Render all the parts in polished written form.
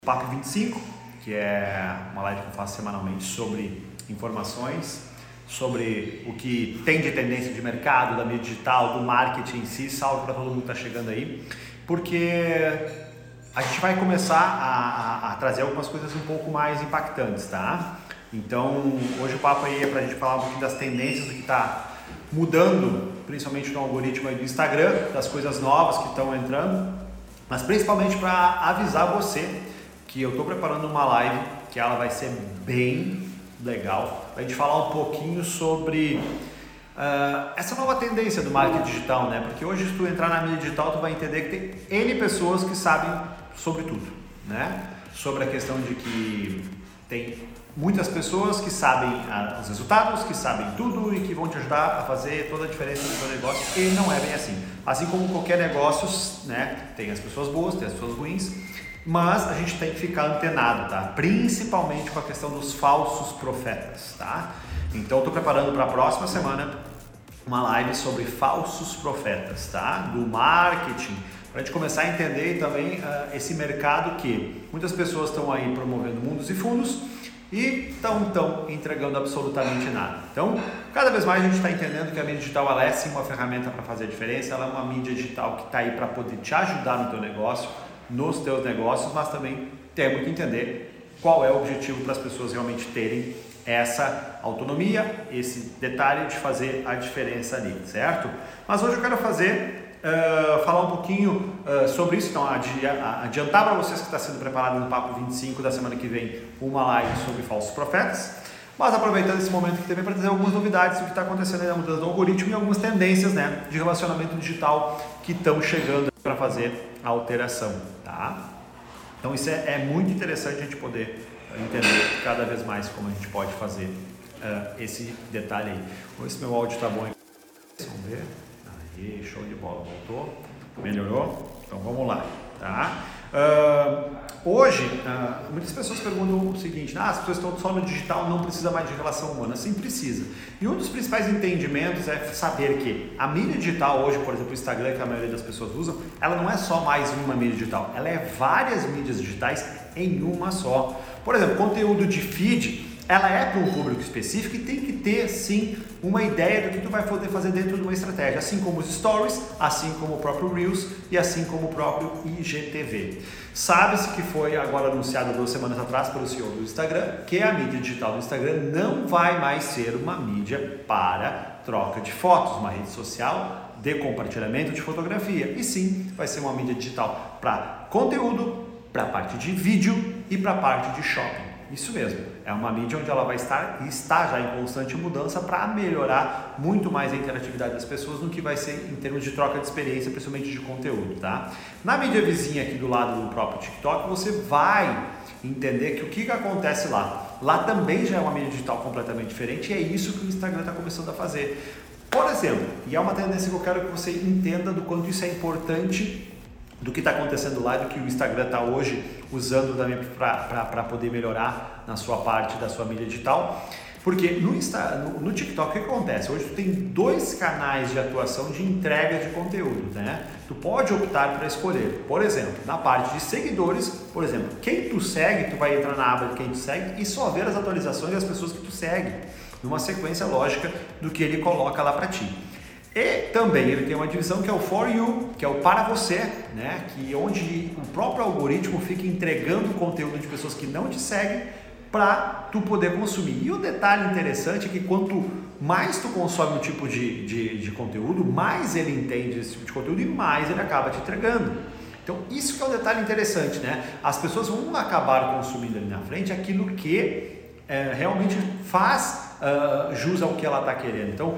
Papo 25, que é uma live que eu faço semanalmente sobre informações, sobre o que tem de tendência de mercado, da mídia digital, do marketing em si. Salve para todo mundo que está chegando aí, porque a gente vai começar a trazer algumas coisas um pouco mais impactantes, tá? Então, hoje o papo aí é para a gente falar um pouquinho das tendências, do que está mudando, principalmente no algoritmo aí do Instagram, das coisas novas que estão entrando, mas principalmente para avisar você que eu estou preparando uma live que ela vai ser bem legal, para a gente falar um pouquinho sobre essa nova tendência do marketing digital, né? Porque hoje, se tu entrar na mídia digital, tu vai entender que tem N pessoas que sabem sobre tudo, né? Sobre a questão de que tem muitas pessoas que sabem os resultados, que sabem tudo e que vão te ajudar a fazer toda a diferença no seu negócio, e não é bem assim. Assim como qualquer negócio, né? Tem as pessoas boas, tem as pessoas ruins, mas a gente tem que ficar antenado, tá? Principalmente com a questão dos falsos profetas, tá? Então, eu tô preparando para a próxima semana uma live sobre falsos profetas, tá? Do marketing, para a gente começar a entender também esse mercado que muitas pessoas estão aí promovendo mundos e fundos e estão entregando absolutamente nada. Então, cada vez mais a gente está entendendo que a mídia digital ela é sim uma ferramenta para fazer a diferença, ela é uma mídia digital que está aí para poder te ajudar no teu negócio, nos teus negócios, mas também temos que entender qual é o objetivo para as pessoas realmente terem essa autonomia, esse detalhe de fazer a diferença ali, certo? Mas hoje eu quero falar um pouquinho sobre isso, então adiantar para vocês que está sendo preparado no Papo 25 da semana que vem uma live sobre falsos profetas, mas aproveitando esse momento aqui também para trazer algumas novidades do que está acontecendo aí na mudança do algoritmo e algumas tendências, né, de relacionamento digital que estão chegando para fazer a alteração, tá? Então isso é muito interessante a gente poder entender cada vez mais como a gente pode fazer esse detalhe aí. Vamos ver se meu áudio está bom aí. Vamos ver. Aí, show de bola. Voltou? Melhorou? Então vamos lá, tá? Hoje, muitas pessoas perguntam o seguinte: as pessoas estão só no digital, não precisa mais de relação humana. Sim, precisa. E um dos principais entendimentos é saber que a mídia digital hoje, por exemplo, o Instagram, que a maioria das pessoas usam, ela não é só mais uma mídia digital, ela é várias mídias digitais em uma só. Por exemplo, conteúdo de feed, ela é para um público específico e tem que ter, sim, uma ideia do que tu vai poder fazer dentro de uma estratégia, assim como os Stories, assim como o próprio Reels e assim como o próprio IGTV. Sabe-se que foi agora anunciado 2 semanas atrás pelo CEO do Instagram que a mídia digital do Instagram não vai mais ser uma mídia para troca de fotos, uma rede social de compartilhamento de fotografia, e sim vai ser uma mídia digital para conteúdo, para a parte de vídeo e para a parte de shopping. Isso mesmo, é uma mídia onde ela vai está já em constante mudança para melhorar muito mais a interatividade das pessoas no que vai ser em termos de troca de experiência, principalmente de conteúdo, tá? Na mídia vizinha aqui do lado do próprio TikTok, você vai entender que o que acontece lá. Lá também já é uma mídia digital completamente diferente e é isso que o Instagram está começando a fazer. Por exemplo, e é uma tendência que eu quero que você entenda do quanto isso é importante, do que está acontecendo lá, do que o Instagram está hoje usando também para poder melhorar na sua parte da sua mídia digital. Porque no TikTok, o que acontece? Hoje tu tem 2 canais de atuação de entrega de conteúdo, né? Tu pode optar para escolher, por exemplo, na parte de seguidores, por exemplo, quem tu segue, tu vai entrar na aba de quem tu segue e só ver as atualizações das pessoas que tu segue, numa sequência lógica do que ele coloca lá para ti. E também ele tem uma divisão que é o For You, que é o para você, né? Que onde o próprio algoritmo fica entregando conteúdo de pessoas que não te seguem para tu poder consumir. E o detalhe interessante é que quanto mais tu consome um tipo de conteúdo, mais ele entende esse tipo de conteúdo e mais ele acaba te entregando. Então isso que é um detalhe interessante, né? As pessoas vão acabar consumindo ali na frente aquilo que realmente faz jus ao que ela está querendo. Então,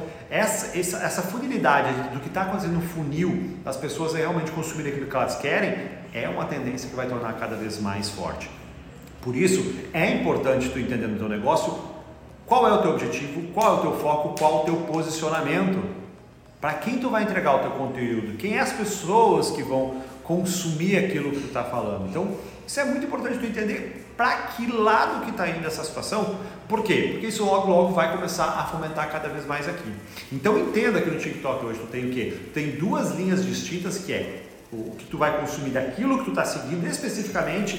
essa funilidade do que está acontecendo no funil, das pessoas realmente consumirem aquilo que elas querem, é uma tendência que vai tornar cada vez mais forte. Por isso, é importante tu entender no teu negócio qual é o teu objetivo, qual é o teu foco, qual é o teu posicionamento, para quem tu vai entregar o teu conteúdo, quem é as pessoas que vão consumir aquilo que tu está falando. Então, isso é muito importante tu entender para que lado que está indo essa situação. Por quê? Porque isso logo vai começar a fomentar cada vez mais aqui. Então entenda que no TikTok hoje tu tem o quê? Tem 2 linhas distintas, que é o que tu vai consumir daquilo que tu está seguindo especificamente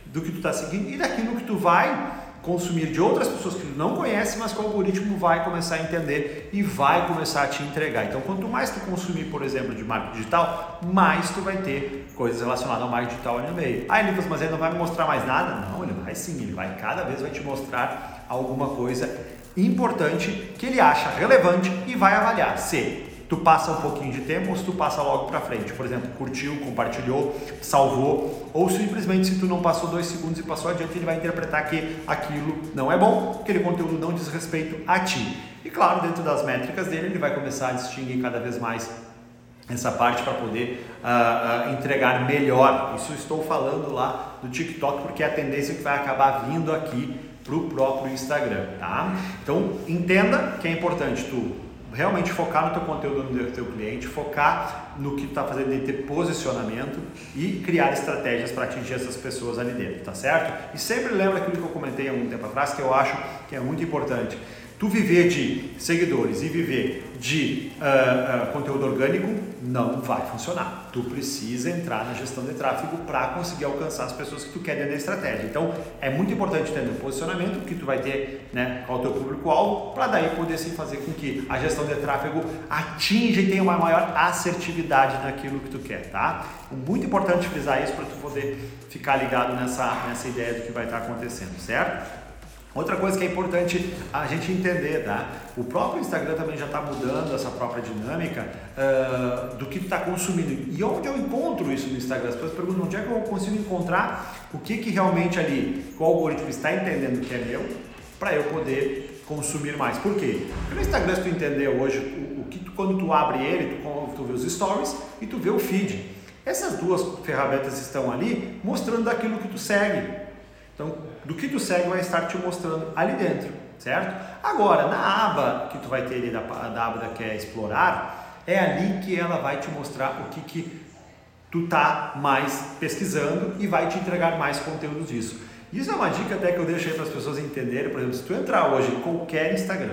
do que tu está seguindo e daquilo que tu vai consumir de outras pessoas que tu não conhece, mas que o algoritmo vai começar a entender e vai começar a te entregar. Então, quanto mais tu consumir, por exemplo, de marketing digital, mais tu vai ter coisas relacionadas ao marketing digital ali no meio. Ah, Nicolas, mas ele não vai me mostrar mais nada? Não, ele vai sim, ele vai cada vez vai te mostrar alguma coisa importante que ele acha relevante e vai avaliar se tu passa um pouquinho de tempo ou se tu passa logo para frente. Por exemplo, curtiu, compartilhou, salvou, ou simplesmente se tu não passou 2 segundos e passou adiante, ele vai interpretar que aquilo não é bom, que aquele conteúdo não diz respeito a ti. E claro, dentro das métricas dele, ele vai começar a distinguir cada vez mais essa parte para poder entregar melhor. Isso eu estou falando lá do TikTok, porque é a tendência que vai acabar vindo aqui para o próprio Instagram, tá? Então, entenda que é importante tu realmente focar no teu conteúdo, no teu cliente, focar no que tu está fazendo de ter posicionamento e criar estratégias para atingir essas pessoas ali dentro, tá certo? E sempre lembra aquilo que eu comentei há um tempo atrás, que eu acho que é muito importante. Tu viver de seguidores e viver de conteúdo orgânico não vai funcionar. Tu precisa entrar na gestão de tráfego para conseguir alcançar as pessoas que tu quer dentro da estratégia. Então, é muito importante ter um posicionamento que tu vai ter, né, qual é o teu público-alvo, para daí poder sim fazer com que a gestão de tráfego atinja e tenha uma maior assertividade naquilo que tu quer, tá? Muito importante frisar isso para tu poder ficar ligado nessa ideia do que vai estar acontecendo, certo? Outra coisa que é importante a gente entender, tá? O próprio Instagram também já está mudando essa própria dinâmica do que tu está consumindo. E onde eu encontro isso no Instagram? As pessoas perguntam onde é que eu consigo encontrar o que realmente ali o algoritmo está entendendo que é meu para eu poder consumir mais. Por quê? Porque no Instagram, se tu entender hoje quando tu abre ele, tu vê os stories e tu vê o feed. Essas duas ferramentas estão ali mostrando daquilo que tu segue. Então, do que tu segue vai estar te mostrando ali dentro, certo? Agora, na aba que tu vai ter ali, da aba que é explorar, é ali que ela vai te mostrar o que tu tá mais pesquisando e vai te entregar mais conteúdos disso. Isso é uma dica até que eu deixo aí para as pessoas entenderem. Por exemplo, se tu entrar hoje em qualquer Instagram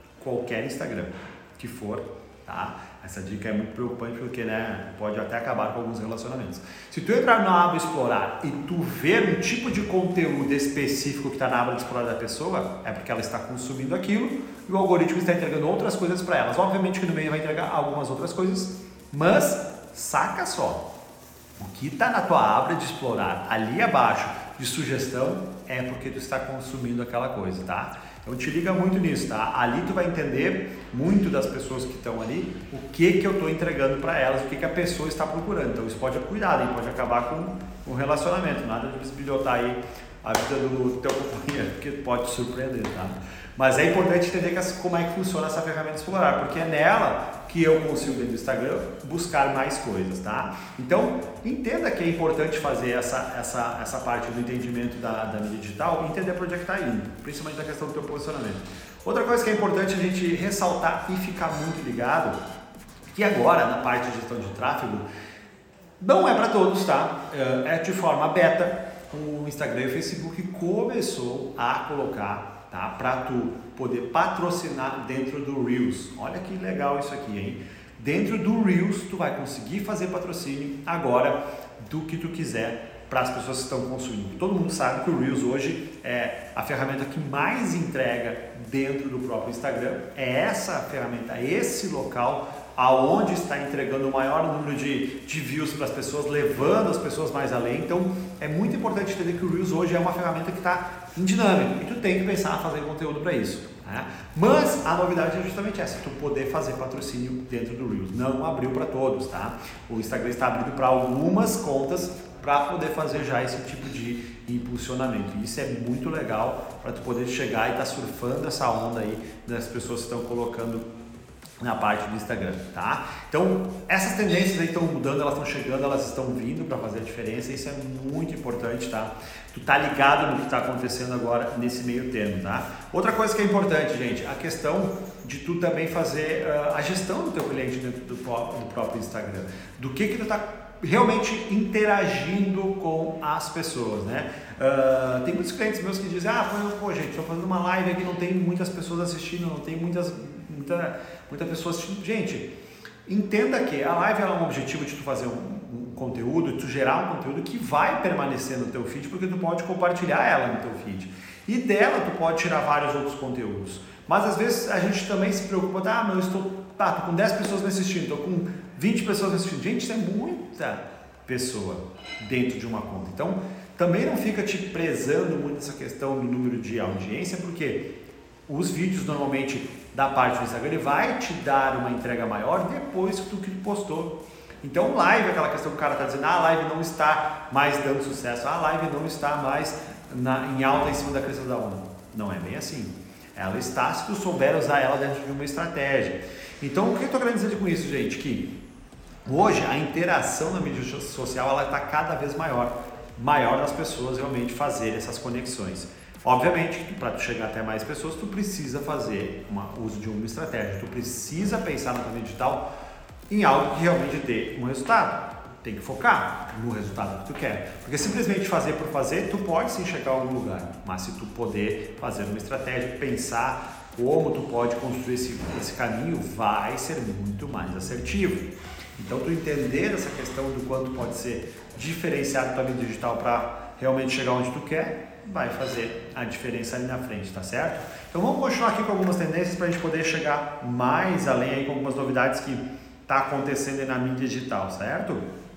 que for, tá? Essa dica é muito preocupante porque, né, pode até acabar com alguns relacionamentos. Se tu entrar na aba explorar e tu ver um tipo de conteúdo específico que está na aba de explorar da pessoa, é porque ela está consumindo aquilo e o algoritmo está entregando outras coisas para elas. Obviamente que no meio vai entregar algumas outras coisas, mas saca só, o que está na tua aba de explorar ali abaixo de sugestão é porque tu está consumindo aquela coisa, tá? Então te liga muito nisso, tá? Ali tu vai entender muito das pessoas que estão ali, o que eu estou entregando para elas, o que a pessoa está procurando. Então isso pode cuidado, hein? Pode acabar com o relacionamento, nada de bisbilhotar aí a vida do teu companheiro, porque pode te surpreender, tá? Mas é importante entender como é que funciona essa ferramenta explorar, porque é nela que eu consigo dentro do Instagram buscar mais coisas, tá? Então, entenda que é importante fazer essa parte do entendimento da mídia digital e entender para onde é que está indo, principalmente na questão do teu posicionamento. Outra coisa que é importante a gente ressaltar e ficar muito ligado, que agora na parte de gestão de tráfego, não é para todos, tá? É de forma beta, o Instagram e o Facebook começou a colocar, tá, para tu poder patrocinar dentro do Reels. Olha que legal isso aqui, hein? Dentro do Reels tu vai conseguir fazer patrocínio agora do que tu quiser para as pessoas que estão consumindo. Todo mundo sabe que o Reels hoje é a ferramenta que mais entrega dentro do próprio Instagram. É essa ferramenta, esse local aonde está entregando o maior número de views para as pessoas, levando as pessoas mais além. Então é muito importante entender que o Reels hoje é uma ferramenta que está em dinâmica e tu tem que pensar a fazer conteúdo para isso, né? Mas a novidade é justamente essa, tu poder fazer patrocínio dentro do Reels. Não abriu para todos, tá? O Instagram está abrindo para algumas contas para poder fazer já esse tipo de impulsionamento. E isso é muito legal para tu poder chegar e estar surfando essa onda aí das pessoas que estão colocando na parte do Instagram, tá? Então, essas tendências aí estão mudando, elas estão chegando, elas estão vindo para fazer a diferença, isso é muito importante, tá? Tu tá ligado no que está acontecendo agora nesse meio termo, tá? Outra coisa que é importante, gente, a questão de tu também fazer a gestão do teu cliente dentro do próprio Instagram, do que tu tá realmente interagindo com as pessoas, né? Tem muitos clientes meus que dizem, pô, gente, estou fazendo uma live aqui, não tem muitas pessoas assistindo, não tem muita pessoa assistindo. Gente, Entenda que a live é um objetivo de tu fazer um conteúdo, de tu gerar um conteúdo que vai permanecer no teu feed, porque tu pode compartilhar ela no teu feed. E dela tu pode tirar vários outros conteúdos. Mas às vezes a gente também se preocupa, tô com 10 pessoas me assistindo, tô com 20 pessoas me assistindo. Gente, isso é muita pessoa dentro de uma conta. Então, também não fica te prezando muito essa questão do número de audiência, porque os vídeos normalmente da parte do Instagram, ele vai te dar uma entrega maior depois que tu postou. Então, live, aquela questão que o cara está dizendo, a live não está mais dando sucesso, a live não está mais em alta em cima da crista da onda. Não é bem assim. Ela está se tu souber usar ela dentro de uma estratégia. Então, o que eu estou querendo dizer com isso, gente? Que hoje a interação na mídia social ela está cada vez maior das pessoas realmente fazerem essas conexões. Obviamente que para tu chegar até mais pessoas, tu precisa fazer uso de uma estratégia, tu precisa pensar na tua mídia digital em algo que realmente dê um resultado. Tem que focar no resultado que tu quer, porque simplesmente fazer por fazer, tu pode sim chegar a algum lugar, mas se tu poder fazer uma estratégia, pensar como tu pode construir esse caminho, vai ser muito mais assertivo. Então, tu entender essa questão do quanto pode ser diferenciado a tua mídia digital para realmente chegar onde tu quer, vai fazer a diferença ali na frente, tá certo? Então, vamos continuar aqui com algumas tendências para a gente poder chegar mais além aí com algumas novidades que tá acontecendo aí na mídia digital, certo?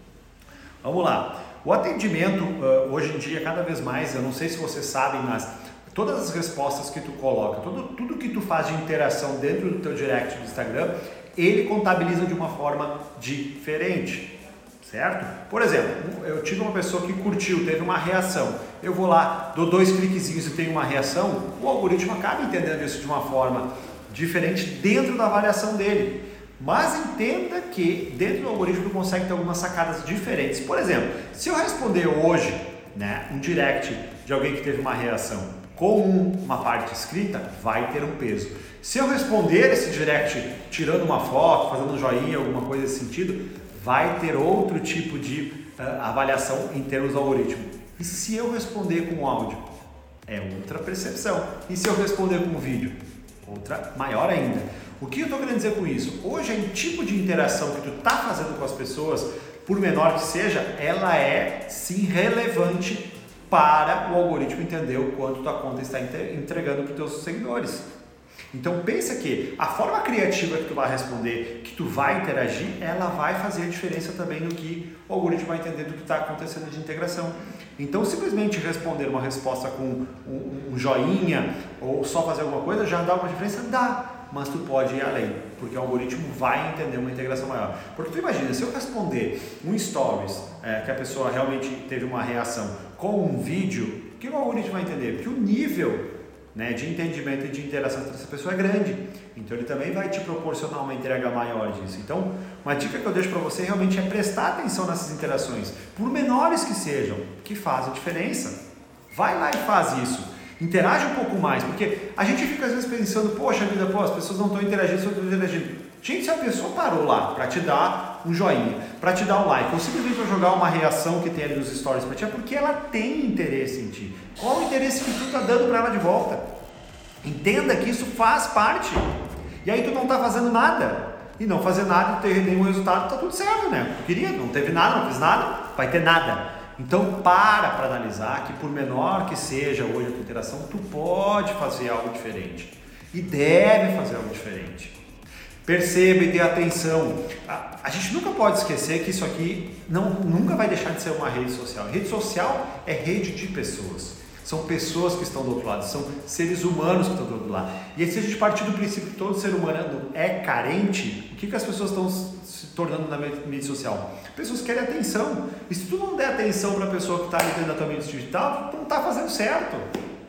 Vamos lá. O atendimento, hoje em dia, cada vez mais, eu não sei se vocês sabem, mas todas as respostas que tu coloca, tudo que tu faz de interação dentro do teu direct do Instagram, ele contabiliza de uma forma diferente, certo? Por exemplo, eu tive uma pessoa que curtiu, teve uma reação, eu vou lá, dou 2 cliquezinhos e tenho uma reação, o algoritmo acaba entendendo isso de uma forma diferente dentro da avaliação dele. Mas entenda que dentro do algoritmo tu consegue ter algumas sacadas diferentes. Por exemplo, se eu responder hoje, um direct de alguém que teve uma reação com uma parte escrita, vai ter um peso. Se eu responder esse direct tirando uma foto, fazendo um joinha, alguma coisa nesse sentido, vai ter outro tipo de avaliação em termos do algoritmo. E se eu responder com áudio? É outra percepção. E se eu responder com vídeo? Outra maior ainda. O que eu estou querendo dizer com isso? Hoje, o tipo de interação que tu está fazendo com as pessoas, por menor que seja, ela é sim relevante para o algoritmo entender o quanto tua conta está entregando para os teus seguidores. Então pensa que a forma criativa que tu vai responder, que tu vai interagir, ela vai fazer a diferença também no que o algoritmo vai entender do que está acontecendo de integração. Então simplesmente responder uma resposta com um joinha ou só fazer alguma coisa já dá uma diferença? Dá, mas tu pode ir além, porque o algoritmo vai entender uma integração maior. Porque tu imagina, se eu responder um stories que a pessoa realmente teve uma reação com um vídeo, o que o algoritmo vai entender? Que o nível de entendimento e de interação entre essa pessoa é grande, então ele também vai te proporcionar uma entrega maior disso. Então, uma dica que eu deixo para você realmente é prestar atenção nessas interações, por menores que sejam, que fazem diferença. Vai lá e faz isso, interage um pouco mais, porque a gente fica às vezes pensando, poxa vida, as pessoas não estão interagindo, só estão interagindo. Gente, se a pessoa parou lá para te dar um joinha, para te dar um like, ou simplesmente para jogar uma reação que tem ali nos stories para ti, é porque ela tem interesse em ti. Qual o interesse que tu está dando para ela de volta? Entenda que isso faz parte. E aí tu não está fazendo nada. E não fazer nada e ter nenhum resultado, está tudo certo, né? Tu queria, não teve nada, não fez nada, vai ter nada. Então para analisar que por menor que seja hoje a tua interação, tu pode fazer algo diferente. E deve fazer algo diferente. Perceba e dê atenção. A gente nunca pode esquecer que isso aqui nunca vai deixar de ser uma rede social. Rede social é rede de pessoas. São pessoas que estão do outro lado, são seres humanos que estão do outro lado. E se a gente partir do princípio que todo ser humano é carente, o que as pessoas estão se tornando na mídia social? Pessoas querem atenção. E se tu não der atenção para a pessoa que está ali dentro da tua mídia digital, tu não está fazendo certo.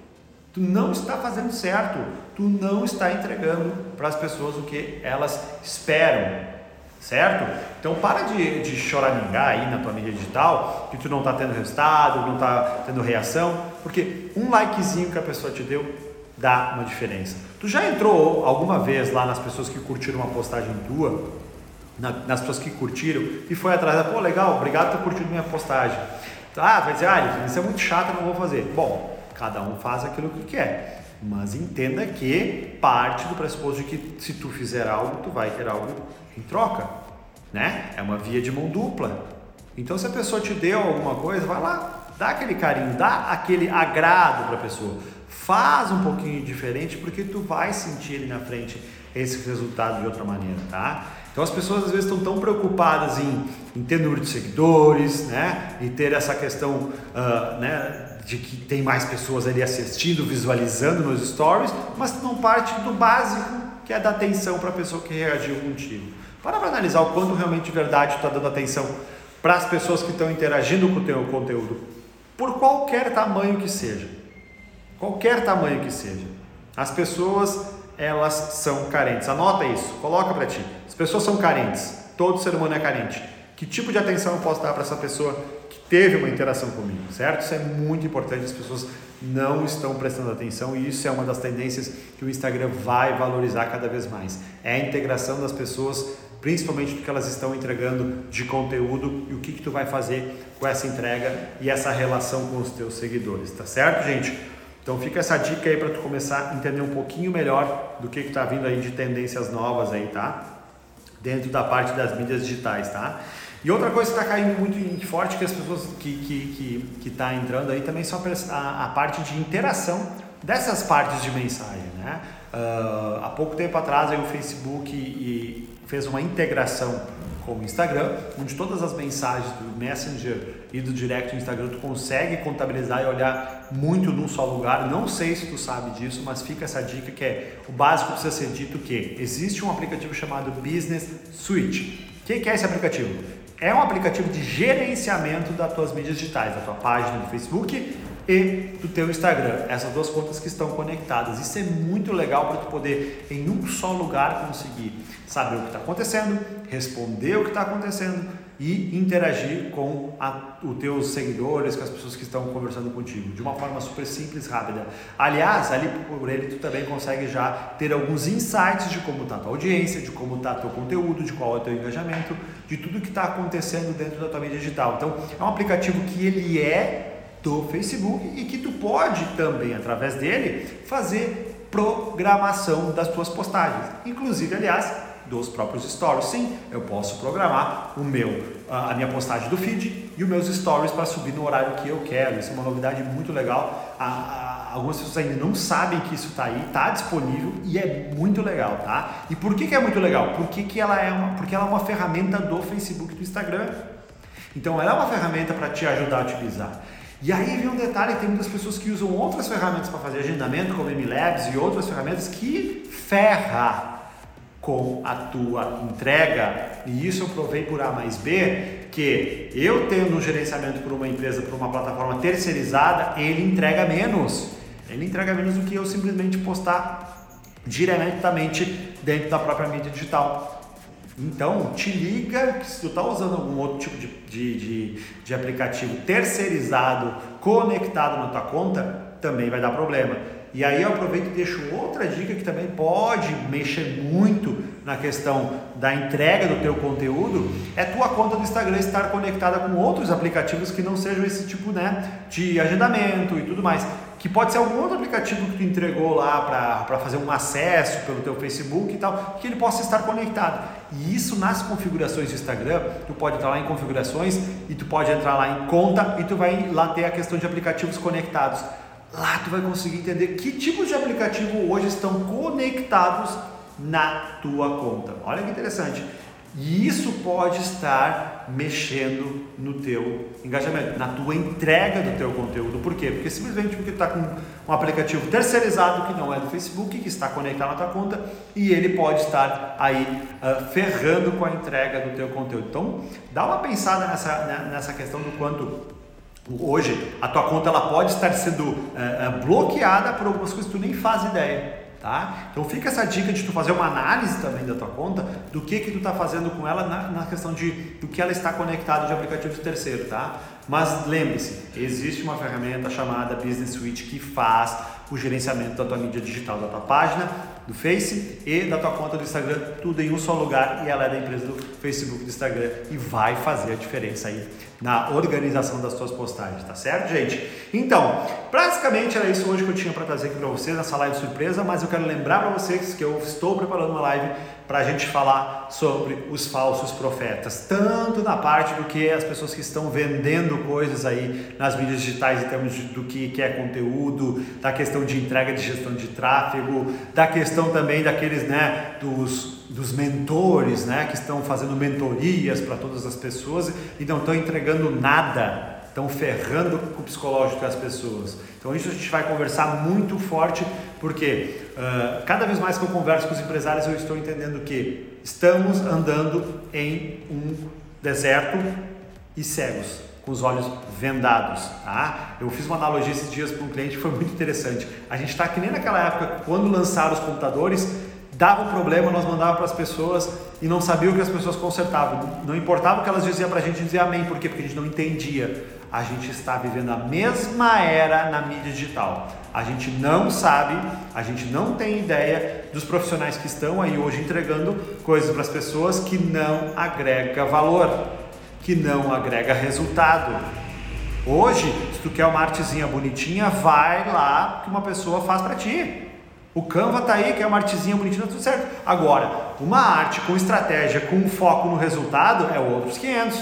Tu não está fazendo certo. Tu não está entregando para as pessoas o que elas esperam, certo? Então para de choramingar aí na tua mídia digital que tu não está tendo resultado, não está tendo reação, porque um likezinho que a pessoa te deu dá uma diferença. Tu já entrou alguma vez lá nas pessoas que curtiram uma postagem tua, nas pessoas que curtiram e foi atrás, pô, legal, obrigado por ter curtido minha postagem. Vai dizer, isso é muito chato, eu não vou fazer. Bom, cada um faz aquilo que quer. Mas entenda que parte do pressuposto de que se tu fizer algo, tu vai ter algo em troca. né? É uma via de mão dupla. Então, se a pessoa te deu alguma coisa, vai lá, dá aquele carinho, dá aquele agrado para a pessoa. Faz um pouquinho diferente, porque tu vai sentir ali na frente esse resultado de outra maneira, tá? Então as pessoas às vezes estão tão preocupadas em ter número de seguidores, né? E ter essa questão, né? De que tem mais pessoas ali assistindo, visualizando nos stories, mas não parte do básico, que é dar atenção para a pessoa que reagiu contigo. Para analisar o quanto realmente de verdade tu está dando atenção para as pessoas que estão interagindo com o teu conteúdo, por qualquer tamanho que seja. Qualquer tamanho que seja. As pessoas, elas são carentes. Anota isso, coloca para ti. As pessoas são carentes. Todo ser humano é carente. Que tipo de atenção eu posso dar para essa pessoa que teve uma interação comigo, certo? Isso é muito importante. As pessoas não estão prestando atenção e isso é uma das tendências que o Instagram vai valorizar cada vez mais. É a integração das pessoas, principalmente do que elas estão entregando de conteúdo e o que tu vai fazer com essa entrega e essa relação com os teus seguidores, tá certo, gente? Então fica essa dica aí para tu começar a entender um pouquinho melhor do que tá vindo aí de tendências novas aí, tá? Dentro da parte das mídias digitais, tá? E outra coisa que está caindo muito forte, que as pessoas que tá entrando aí também são a parte de interação dessas partes de mensagem, né? Há pouco tempo atrás aí o Facebook fez uma integração com o Instagram, onde todas as mensagens do Messenger e do Direct do Instagram tu consegue contabilizar e olhar muito num só lugar. Não sei se tu sabe disso, mas fica essa dica que é o básico precisa ser dito, que existe um aplicativo chamado Business Suite. O que é esse aplicativo? É um aplicativo de gerenciamento das tuas mídias digitais, da tua página do Facebook e do teu Instagram, essas duas contas que estão conectadas. Isso é muito legal para tu poder em um só lugar conseguir saber o que está acontecendo, responder o que está acontecendo e interagir com os teus seguidores, com as pessoas que estão conversando contigo, de uma forma super simples, rápida. Aliás, ali por ele tu também consegue já ter alguns insights de como está a tua audiência, de como está o teu conteúdo, de qual é o teu engajamento, de tudo que está acontecendo dentro da tua mídia digital. Então, é um aplicativo que ele é do Facebook e que tu pode também, através dele, fazer programação das tuas postagens, inclusive, aliás, dos próprios stories. Sim, eu posso programar a minha postagem do feed e os meus stories para subir no horário que eu quero. Isso é uma novidade muito legal. Algumas pessoas ainda não sabem que isso está aí, está disponível e é muito legal, tá? E por que é muito legal? Porque ela é uma ferramenta do Facebook e do Instagram. Então, ela é uma ferramenta para te ajudar a utilizar. E aí vem um detalhe, tem muitas pessoas que usam outras ferramentas para fazer agendamento, como MLabs e outras ferramentas que ferra com a tua entrega. E isso eu provei por A mais B, que eu tendo um gerenciamento por uma empresa, por uma plataforma terceirizada, ele entrega menos. Ele entrega menos do que eu simplesmente postar diretamente dentro da própria mídia digital. Então, te liga que se tu está usando algum outro tipo de aplicativo terceirizado, conectado na tua conta, também vai dar problema. E aí eu aproveito e deixo outra dica que também pode mexer muito na questão da entrega do teu conteúdo, é tua conta do Instagram estar conectada com outros aplicativos que não sejam esse tipo, né, de agendamento e tudo mais. Que pode ser algum outro aplicativo que tu entregou lá para fazer um acesso pelo teu Facebook e tal, que ele possa estar conectado. E isso nas configurações do Instagram, tu pode entrar lá em configurações e tu pode entrar lá em conta e tu vai lá ter a questão de aplicativos conectados. Lá tu vai conseguir entender que tipos de aplicativo hoje estão conectados na tua conta. Olha que interessante. E isso pode estar mexendo no teu engajamento, na tua entrega do teu conteúdo. Por quê? Porque simplesmente porque tu está com um aplicativo terceirizado que não é do Facebook, que está conectado na tua conta e ele pode estar aí ferrando com a entrega do teu conteúdo. Então, dá uma pensada nessa questão do quanto hoje a tua conta ela pode estar sendo bloqueada por algumas coisas que tu nem faz ideia. Tá? Então fica essa dica de tu fazer uma análise também da tua conta, do que tu está fazendo com ela na questão do que ela está conectada de aplicativo de terceiro, tá? Mas lembre-se, existe uma ferramenta chamada Business Suite que faz o gerenciamento da tua mídia digital, da tua página, do Face e da tua conta do Instagram, tudo em um só lugar, e ela é da empresa do Facebook e do Instagram e vai fazer a diferença aí na organização das tuas postagens, tá certo, gente? Então, basicamente era isso hoje que eu tinha para trazer aqui para vocês nessa live surpresa, mas eu quero lembrar para vocês que eu estou preparando uma live para a gente falar sobre os falsos profetas, tanto na parte do que as pessoas que estão vendendo coisas aí nas mídias digitais em termos do que é conteúdo, da questão de entrega de gestão de tráfego, da questão também daqueles, né, dos mentores, né, que estão fazendo mentorias para todas as pessoas e não estão entregando nada, estão ferrando com o psicológico das pessoas. Então isso a gente vai conversar muito forte, porque cada vez mais que eu converso com os empresários eu estou entendendo que estamos andando em um deserto e cegos, com os olhos vendados, tá? Eu fiz uma analogia esses dias para um cliente que foi muito interessante. A gente está que nem naquela época, quando lançaram os computadores, dava um problema, nós mandávamos para as pessoas e não sabia o que as pessoas consertavam. Não importava o que elas diziam para a gente, dizia amém. Por quê? Porque a gente não entendia. A gente está vivendo a mesma era na mídia digital. A gente não sabe, a gente não tem ideia dos profissionais que estão aí hoje entregando coisas para as pessoas que não agrega valor, que não agrega resultado. Hoje, se tu quer uma artezinha bonitinha, vai lá que uma pessoa faz para ti. O Canva tá aí, que é uma artezinha bonitinha, tudo certo. Agora, uma arte com estratégia, com foco no resultado, é outros 500.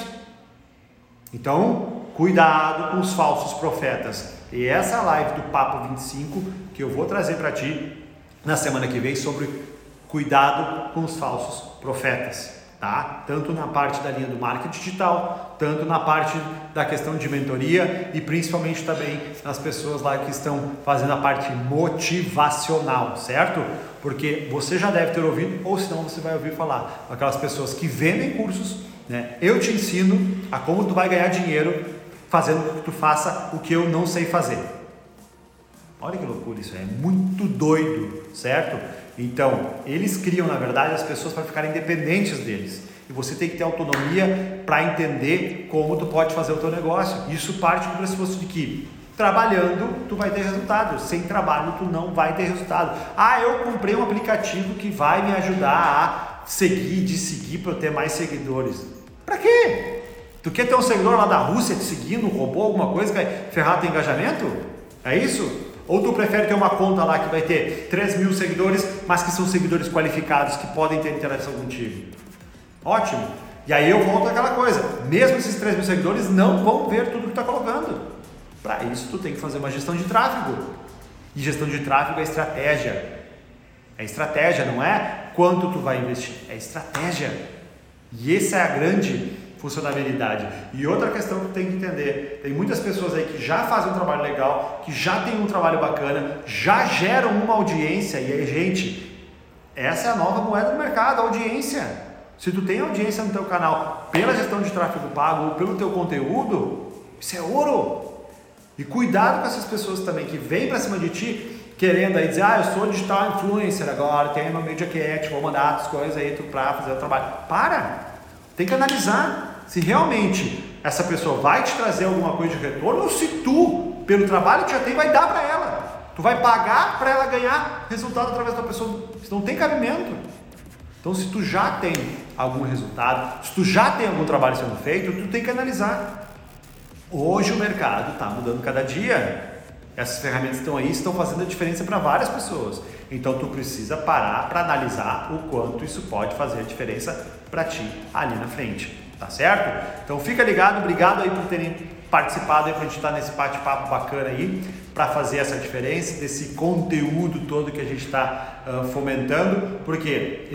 Então, cuidado com os falsos profetas. E essa live do Papo 25 que eu vou trazer para ti na semana que vem sobre cuidado com os falsos profetas, tá? Tanto na parte da linha do marketing digital, tanto na parte da questão de mentoria e principalmente também nas pessoas lá que estão fazendo a parte motivacional, certo? Porque você já deve ter ouvido, ou senão você vai ouvir falar, aquelas pessoas que vendem cursos, né? Eu te ensino a como tu vai ganhar dinheiro fazendo com que tu faça o que eu não sei fazer. Olha que loucura isso, é muito doido, certo? Então, eles criam, na verdade, as pessoas para ficarem independentes deles. E você tem que ter autonomia para entender como tu pode fazer o teu negócio. Isso parte do pressuposto de que trabalhando tu vai ter resultado, sem trabalho tu não vai ter resultado. Ah, eu comprei um aplicativo que vai me ajudar a seguir para eu ter mais seguidores. Para quê? Tu quer ter um seguidor lá da Rússia te seguindo, um robô, alguma coisa que vai ferrar teu engajamento? É isso? Ou tu prefere ter uma conta lá que vai ter 3.000 seguidores, mas que são seguidores qualificados, que podem ter interação contigo? Ótimo! E aí eu volto àquela coisa, mesmo esses 3.000 seguidores não vão ver tudo que tu está colocando. Para isso tu tem que fazer uma gestão de tráfego. E gestão de tráfego é estratégia. É estratégia, não é quanto tu vai investir, é estratégia. E essa é a grande funcionalidade. E outra questão que tu tem que entender, tem muitas pessoas aí que já fazem um trabalho legal, que já tem um trabalho bacana, já geram uma audiência, e aí, gente, essa é a nova moeda do mercado, a audiência. Se tu tem audiência no teu canal pela gestão de tráfego pago ou pelo teu conteúdo, isso é ouro. E cuidado com essas pessoas também que vêm pra cima de ti querendo aí dizer, eu sou digital influencer agora, tenho meu Media Kit, vou mandar as coisas aí pra fazer o trabalho. Para! Tem que analisar se realmente essa pessoa vai te trazer alguma coisa de retorno ou se tu, pelo trabalho que já tem, vai dar para ela. Tu vai pagar para ela ganhar resultado através da pessoa. Isso não tem cabimento. Então, se tu já tem algum resultado, se tu já tem algum trabalho sendo feito, tu tem que analisar. Hoje o mercado está mudando cada dia. Essas ferramentas estão aí, estão fazendo a diferença para várias pessoas. Então, tu precisa parar para analisar o quanto isso pode fazer a diferença para ti ali na frente. Tá certo? Então fica ligado, obrigado aí por terem participado aí, pra gente estar nesse bate-papo bacana aí, para fazer essa diferença, desse conteúdo todo que a gente está fomentando, porque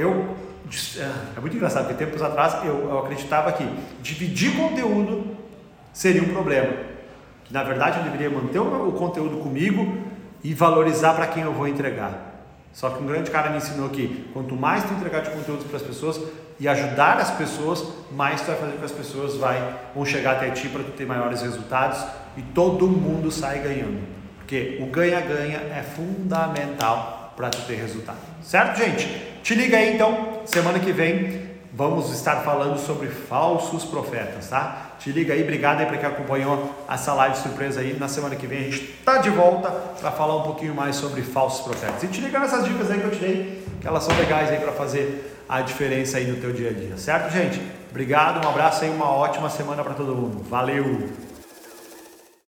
é muito engraçado, porque tempos atrás eu acreditava que dividir conteúdo seria um problema, que na verdade eu deveria manter o conteúdo comigo e valorizar para quem eu vou entregar. Só que um grande cara me ensinou que quanto mais tu entregar de conteúdo para as pessoas e ajudar as pessoas, mais tu vai fazer com que as pessoas vão chegar até ti para tu ter maiores resultados e todo mundo sai ganhando. Porque o ganha-ganha é fundamental para tu ter resultado. Certo, gente? Te liga aí então, semana que vem vamos estar falando sobre falsos profetas, tá? Te liga aí, obrigado aí para quem acompanhou essa live surpresa aí. Na semana que vem a gente tá de volta para falar um pouquinho mais sobre falsos profetas. E te liga nessas dicas aí que eu te dei, que elas são legais aí para fazer a diferença aí no teu dia a dia. Certo, gente? Obrigado, um abraço aí, uma ótima semana para todo mundo. Valeu!